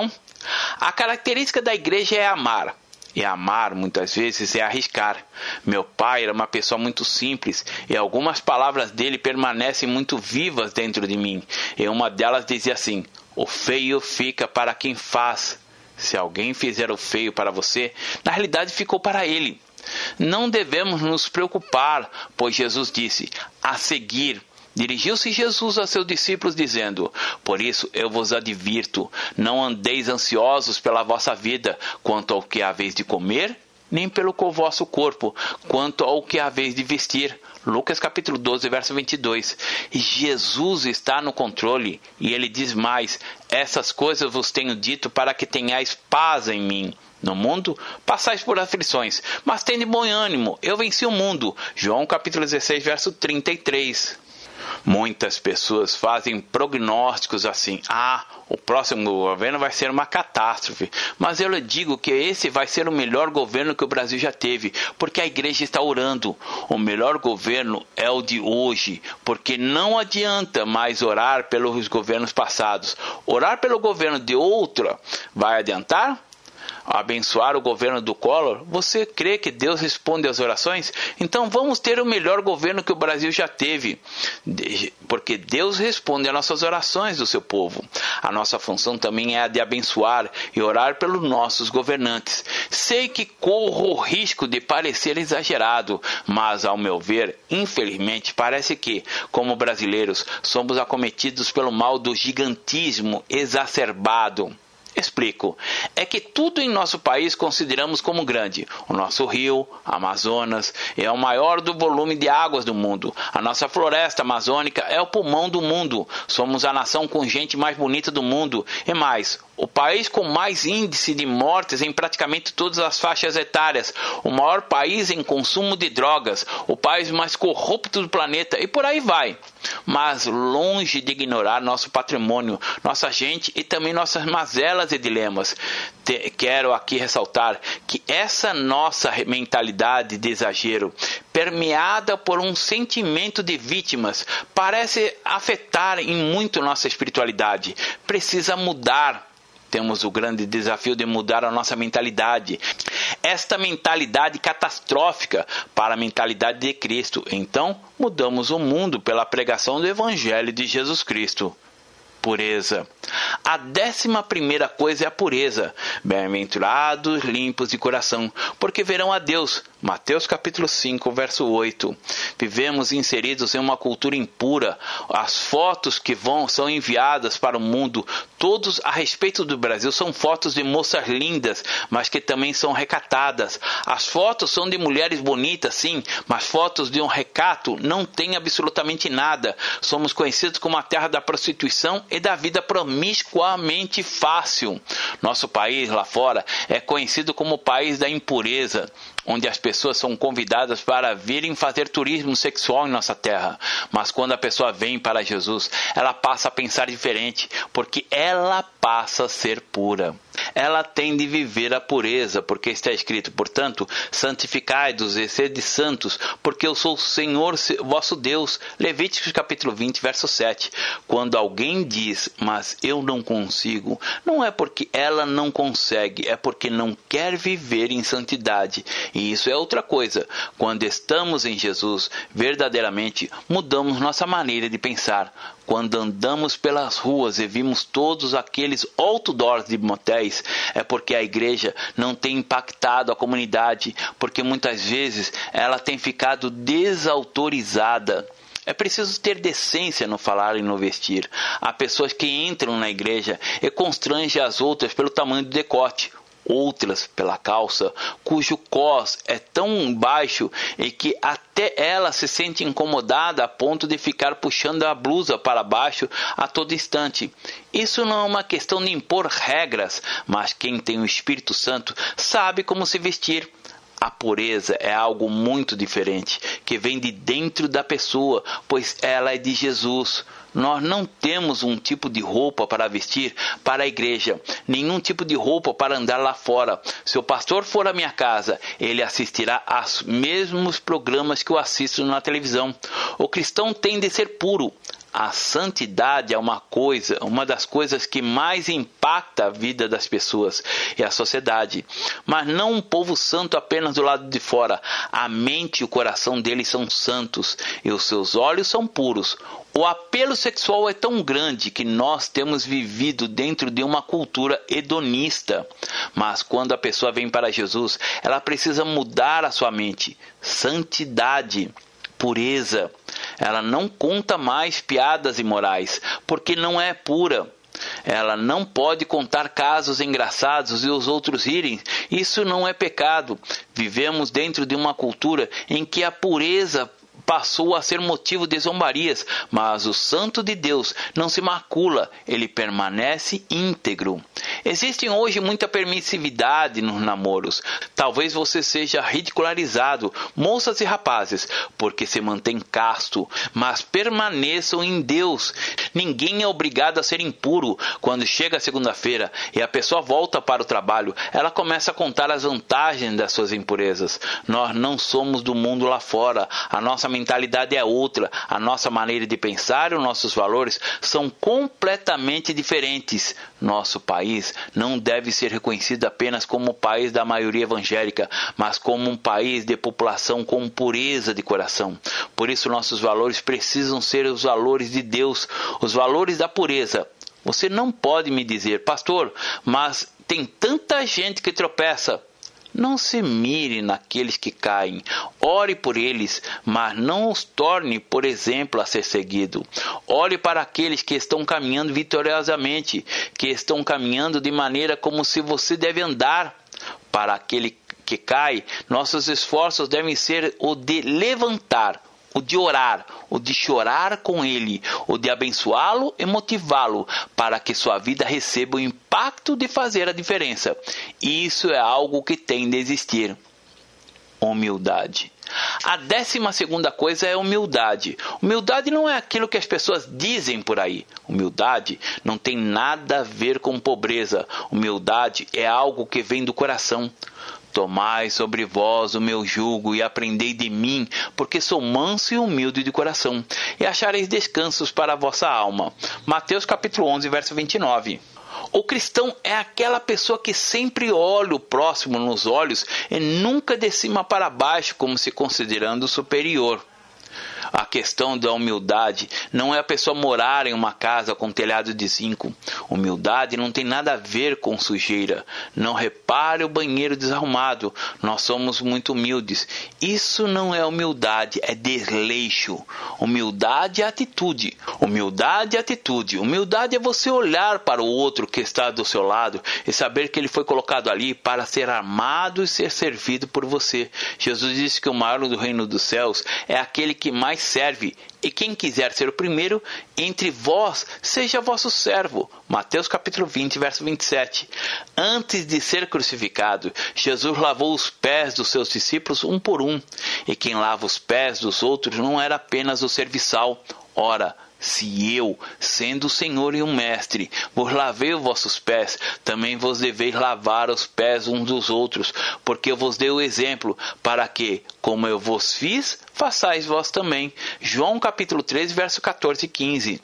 A característica da igreja é amar. E amar, muitas vezes, é arriscar. Meu pai era uma pessoa muito simples e algumas palavras dele permanecem muito vivas dentro de mim. E uma delas dizia assim: o feio fica para quem faz. Se alguém fizer o feio para você, na realidade ficou para ele. Não devemos nos preocupar, pois Jesus disse: a seguir. Dirigiu-se Jesus a seus discípulos dizendo: por isso eu vos advirto, não andeis ansiosos pela vossa vida, quanto ao que haveis de comer, nem pelo vosso corpo, quanto ao que haveis de vestir. Lucas capítulo doze, verso vinte e dois. Jesus está no controle e ele diz mais: essas coisas vos tenho dito para que tenhais paz em mim. No mundo passais por aflições, mas tende bom ânimo, eu venci o mundo. João capítulo dezesseis, verso trinta e três. Muitas pessoas fazem prognósticos assim: ah, o próximo governo vai ser uma catástrofe. Mas eu lhe digo que esse vai ser o melhor governo que o Brasil já teve, porque a igreja está orando. O melhor governo é o de hoje, porque não adianta mais orar pelos governos passados. Orar pelo governo de outra vai adiantar? Abençoar o governo do Collor? Você crê que Deus responde às orações? Então vamos ter o melhor governo que o Brasil já teve, porque Deus responde às nossas orações do seu povo. A nossa função também é a de abençoar e orar pelos nossos governantes. Sei que corro o risco de parecer exagerado, mas ao meu ver, infelizmente, parece que, como brasileiros, somos acometidos pelo mal do gigantismo exacerbado. Explico. É que tudo em nosso país consideramos como grande. O nosso rio, Amazonas, é o maior do volume de águas do mundo. A nossa floresta amazônica é o pulmão do mundo. Somos a nação com gente mais bonita do mundo. E mais, o país com mais índice de mortes em praticamente todas as faixas etárias. O maior país em consumo de drogas. O país mais corrupto do planeta. E por aí vai. Mas longe de ignorar nosso patrimônio, nossa gente e também nossas mazelas e dilemas. Te, quero aqui ressaltar que essa nossa mentalidade de exagero, permeada por um sentimento de vítimas, parece afetar em muito nossa espiritualidade. Precisa mudar. Temos o grande desafio de mudar a nossa mentalidade. Esta mentalidade catastrófica para a mentalidade de Cristo. Então, mudamos o mundo pela pregação do Evangelho de Jesus Cristo. Pureza. A décima primeira coisa é a pureza. Bem-aventurados, limpos de coração, porque verão a Deus. Mateus capítulo cinco, verso oito. Vivemos inseridos em uma cultura impura. As fotos que vão são enviadas para o mundo, todos a respeito do Brasil, são fotos de moças lindas, mas que também são recatadas. As fotos são de mulheres bonitas, sim, mas fotos de um recato não tem absolutamente nada. Somos conhecidos como a terra da prostituição e da vida promiscuamente fácil. Nosso país lá fora é conhecido como o país da impureza, onde as pessoas são convidadas para virem fazer turismo sexual em nossa terra. Mas quando a pessoa vem para Jesus, ela passa a pensar diferente, porque ela passa a ser pura. Ela tem de viver a pureza, porque está escrito, portanto, santificai-vos e sede santos, porque eu sou o Senhor vosso Deus. Levíticos capítulo vinte, verso sete. Quando alguém diz, mas eu não consigo, não é porque ela não consegue, é porque não quer viver em santidade. E isso é outra coisa. Quando estamos em Jesus, verdadeiramente mudamos nossa maneira de pensar. Quando andamos pelas ruas e vimos todos aqueles outdoors de motéis, é porque a igreja não tem impactado a comunidade, porque muitas vezes ela tem ficado desautorizada. É preciso ter decência no falar e no vestir. Há pessoas que entram na igreja e constrangem as outras pelo tamanho do decote. Outras pela calça, cujo cós é tão baixo e que até ela se sente incomodada a ponto de ficar puxando a blusa para baixo a todo instante. Isso não é uma questão de impor regras, mas quem tem o Espírito Santo sabe como se vestir. A pureza é algo muito diferente, que vem de dentro da pessoa, pois ela é de Jesus. Nós não temos um tipo de roupa para vestir para a igreja, nenhum tipo de roupa para andar lá fora. Se o pastor for à minha casa, ele assistirá aos mesmos programas que eu assisto na televisão. O cristão tem de ser puro. A santidade é uma coisa, uma das coisas que mais impacta a vida das pessoas e a sociedade. Mas não um povo santo apenas do lado de fora. A mente e o coração deles são santos e os seus olhos são puros. O apelo sexual é tão grande que nós temos vivido dentro de uma cultura hedonista. Mas quando a pessoa vem para Jesus, ela precisa mudar a sua mente. Santidade. Pureza. Ela não conta mais piadas imorais, porque não é pura. Ela não pode contar casos engraçados e os outros rirem. Isso não é pecado. Vivemos dentro de uma cultura em que a pureza passou a ser motivo de zombarias, mas o santo de Deus não se macula, ele permanece íntegro. Existe hoje muita permissividade nos namoros. Talvez você seja ridicularizado, moças e rapazes, porque se mantém casto, mas permaneçam em Deus. Ninguém é obrigado a ser impuro. Quando chega a segunda-feira e a pessoa volta para o trabalho, ela começa a contar as vantagens das suas impurezas. Nós não somos do mundo lá fora. A nossa mentalidade é outra. A nossa maneira de pensar e os nossos valores são completamente diferentes. Nosso país não deve ser reconhecido apenas como o país da maioria evangélica, mas como um país de população com pureza de coração. Por isso nossos valores precisam ser os valores de Deus, os valores da pureza. Você não pode me dizer, pastor, mas tem tanta gente que tropeça. Não se mire naqueles que caem. Ore por eles, mas não os torne, por exemplo, a ser seguido. Ore para aqueles que estão caminhando vitoriosamente, que estão caminhando de maneira como se você deve andar. Para aquele que cai, nossos esforços devem ser o de levantar, o de orar, o de chorar com ele, o de abençoá-lo e motivá-lo para que sua vida receba o impacto de fazer a diferença. Isso é algo que tem de existir. Humildade. A décima segunda coisa é humildade. Humildade não é aquilo que as pessoas dizem por aí. Humildade não tem nada a ver com pobreza. Humildade é algo que vem do coração. Tomai sobre vós o meu jugo e aprendei de mim, porque sou manso e humilde de coração, e achareis descansos para a vossa alma. Mateus capítulo onze, verso vinte e nove. O cristão é aquela pessoa que sempre olha o próximo nos olhos e nunca de cima para baixo, como se considerando superior. A questão da humildade não é a pessoa morar em uma casa com telhado de zinco. Humildade não tem nada a ver com sujeira. Não repare o banheiro desarrumado. Nós somos muito humildes. Isso não é humildade, é desleixo. Humildade é atitude. Humildade é atitude. Humildade é você olhar para o outro que está do seu lado e saber que ele foi colocado ali para ser amado e ser servido por você. Jesus disse que o maior do reino dos céus é aquele que mais serve, e quem quiser ser o primeiro entre vós, seja vosso servo. Mateus capítulo vinte, verso vinte e sete. Antes de ser crucificado, Jesus lavou os pés dos seus discípulos um por um, e quem lava os pés dos outros não era apenas o serviçal. Ora, se eu, sendo o Senhor e o Mestre, vos lavei os vossos pés, também vos deveis lavar os pés uns dos outros, porque eu vos dei o exemplo, para que, como eu vos fiz, façais vós também. João capítulo treze, verso quatorze e quinze.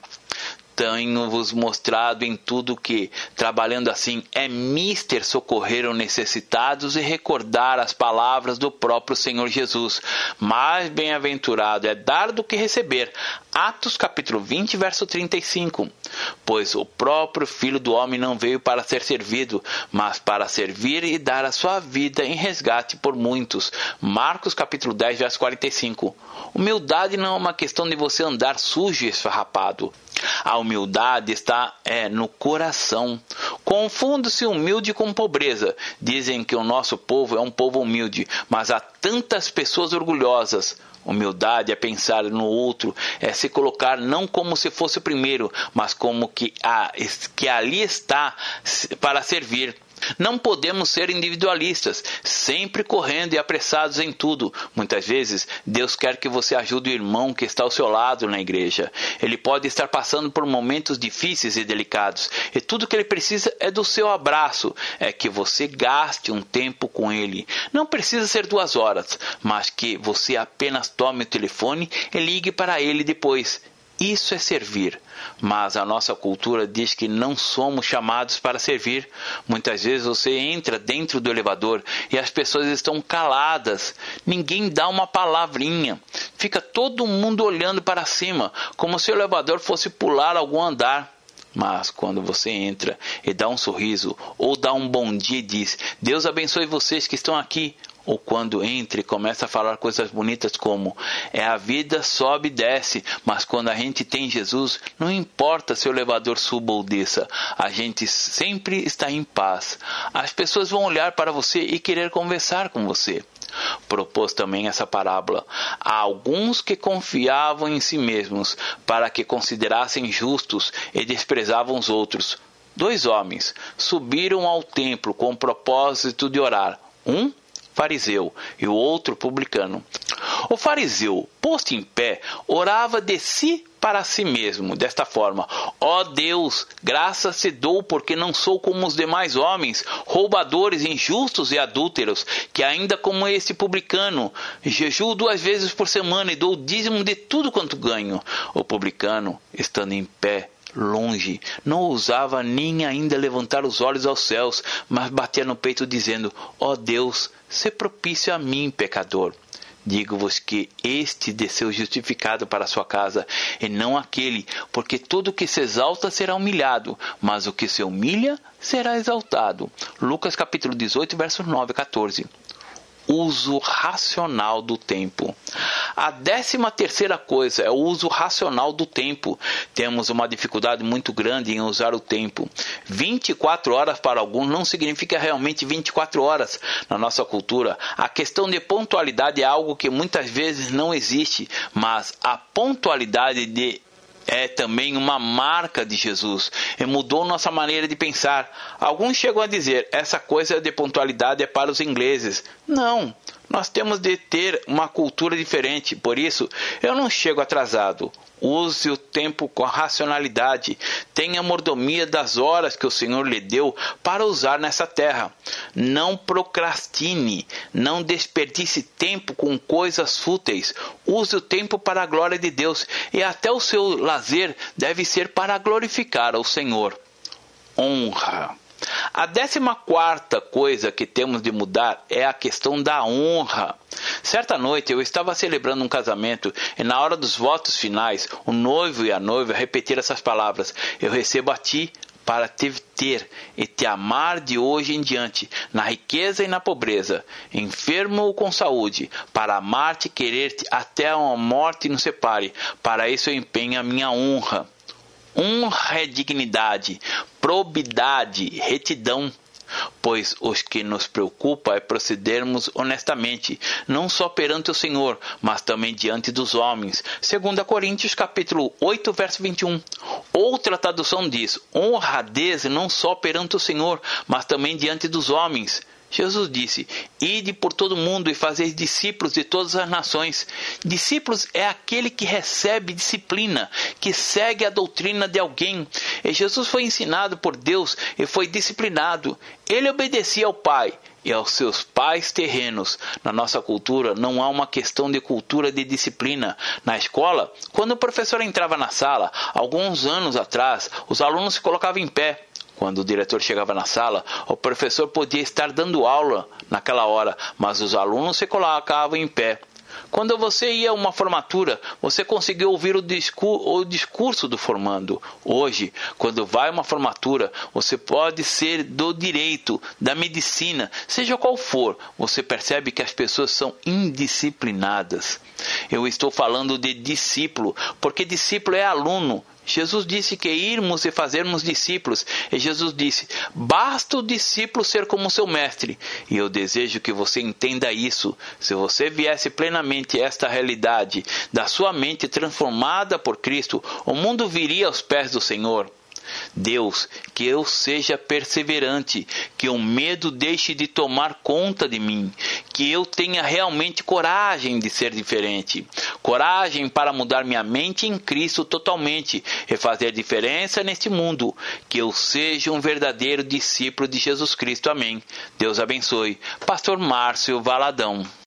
Tenho-vos mostrado em tudo que, trabalhando assim, é mister socorrer os necessitados e recordar as palavras do próprio Senhor Jesus. Mais bem-aventurado é dar do que receber. Atos capítulo vinte, verso trinta e cinco. Pois o próprio Filho do Homem não veio para ser servido, mas para servir e dar a sua vida em resgate por muitos. Marcos capítulo dez, verso quarenta e cinco. Humildade não é uma questão de você andar sujo e esfarrapado. A humildade está é, no coração. Confunde-se humilde com pobreza. Dizem que o nosso povo é um povo humilde, mas há tantas pessoas orgulhosas. Humildade é pensar no outro, é se colocar não como se fosse o primeiro, mas como que, a, que ali está para servir. Não podemos ser individualistas, sempre correndo e apressados em tudo. Muitas vezes, Deus quer que você ajude o irmão que está ao seu lado na igreja. Ele pode estar passando por momentos difíceis e delicados, e tudo que ele precisa é do seu abraço, é que você gaste um tempo com ele. Não precisa ser duas horas, mas que você apenas tome o telefone e ligue para ele depois. Isso é servir, mas a nossa cultura diz que não somos chamados para servir. Muitas vezes você entra dentro do elevador e as pessoas estão caladas, ninguém dá uma palavrinha, fica todo mundo olhando para cima, como se o elevador fosse pular algum andar. Mas quando você entra e dá um sorriso, ou dá um bom dia e diz, Deus abençoe vocês que estão aqui, ou quando entra e começa a falar coisas bonitas como, é a vida sobe e desce, mas quando a gente tem Jesus, não importa se o elevador suba ou desça, a gente sempre está em paz. As pessoas vão olhar para você e querer conversar com você. Propôs também essa parábola a alguns que confiavam em si mesmos, para que considerassem justos e desprezavam os outros. Dois homens subiram ao templo com o propósito de orar. Um fariseu e o outro publicano. O fariseu, posto em pé, orava de si para si mesmo, desta forma: ó Deus, graças te dou porque não sou como os demais homens, roubadores, injustos e adúlteros, que ainda como este publicano, jejuo duas vezes por semana e dou o dízimo de tudo quanto ganho. O publicano, estando em pé, longe, não ousava nem ainda levantar os olhos aos céus, mas batia no peito dizendo, ó Deus, sê propício a mim, pecador. Digo-vos que este desceu justificado para a sua casa, e não aquele, porque todo o que se exalta será humilhado, mas o que se humilha será exaltado. Lucas capítulo dezoito, versos nove a quatorze. Uso racional do tempo. A décima terceira coisa é o uso racional do tempo. Temos uma dificuldade muito grande em usar o tempo. vinte e quatro horas para alguns não significa realmente vinte e quatro horas. Na nossa cultura, a questão de pontualidade é algo que muitas vezes não existe, mas a pontualidade de é também uma marca de Jesus e mudou nossa maneira de pensar. Alguns chegam a dizer, essa coisa de pontualidade é para os ingleses. Não, nós temos de ter uma cultura diferente, por isso eu não chego atrasado. Use o tempo com racionalidade. Tenha mordomia das horas que o Senhor lhe deu para usar nessa terra. Não procrastine. Não desperdice tempo com coisas fúteis. Use o tempo para a glória de Deus. E até o seu lazer deve ser para glorificar ao Senhor. Honra. A décima quarta coisa que temos de mudar é a questão da honra. Certa noite eu estava celebrando um casamento e na hora dos votos finais, o noivo e a noiva repetiram essas palavras: eu recebo a ti para te ter e te amar de hoje em diante, na riqueza e na pobreza, enfermo ou com saúde, para amar-te e querer-te até a morte nos separe. Para isso eu empenho a minha honra. Honra é dignidade, probidade, retidão. Pois os que nos preocupa é procedermos honestamente, não só perante o Senhor, mas também diante dos homens. Segunda Coríntios capítulo oito, verso vinte e um. Outra tradução diz: honradez não só perante o Senhor, mas também diante dos homens. Jesus disse: ide por todo mundo e fazeis discípulos de todas as nações. Discípulos é aquele que recebe disciplina, que segue a doutrina de alguém. E Jesus foi ensinado por Deus e foi disciplinado. Ele obedecia ao Pai e aos seus pais terrenos. Na nossa cultura não há uma questão de cultura de disciplina. Na escola, quando o professor entrava na sala, alguns anos atrás, os alunos se colocavam em pé. Quando o diretor chegava na sala, o professor podia estar dando aula naquela hora, mas os alunos se colocavam em pé. Quando você ia a uma formatura, você conseguiu ouvir o, discur- o discurso do formando. Hoje, quando vai a uma formatura, você pode ser do direito, da medicina, seja qual for, você percebe que as pessoas são indisciplinadas. Eu estou falando de discípulo, porque discípulo é aluno. Jesus disse que irmos e fazermos discípulos. E Jesus disse: basta o discípulo ser como seu mestre. E eu desejo que você entenda isso. Se você viesse plenamente a esta realidade da sua mente transformada por Cristo, o mundo viria aos pés do Senhor. Deus, que eu seja perseverante, que o medo deixe de tomar conta de mim, que eu tenha realmente coragem de ser diferente, coragem para mudar minha mente em Cristo totalmente e fazer diferença neste mundo, que eu seja um verdadeiro discípulo de Jesus Cristo. Amém. Deus abençoe. Pastor Márcio Valadão.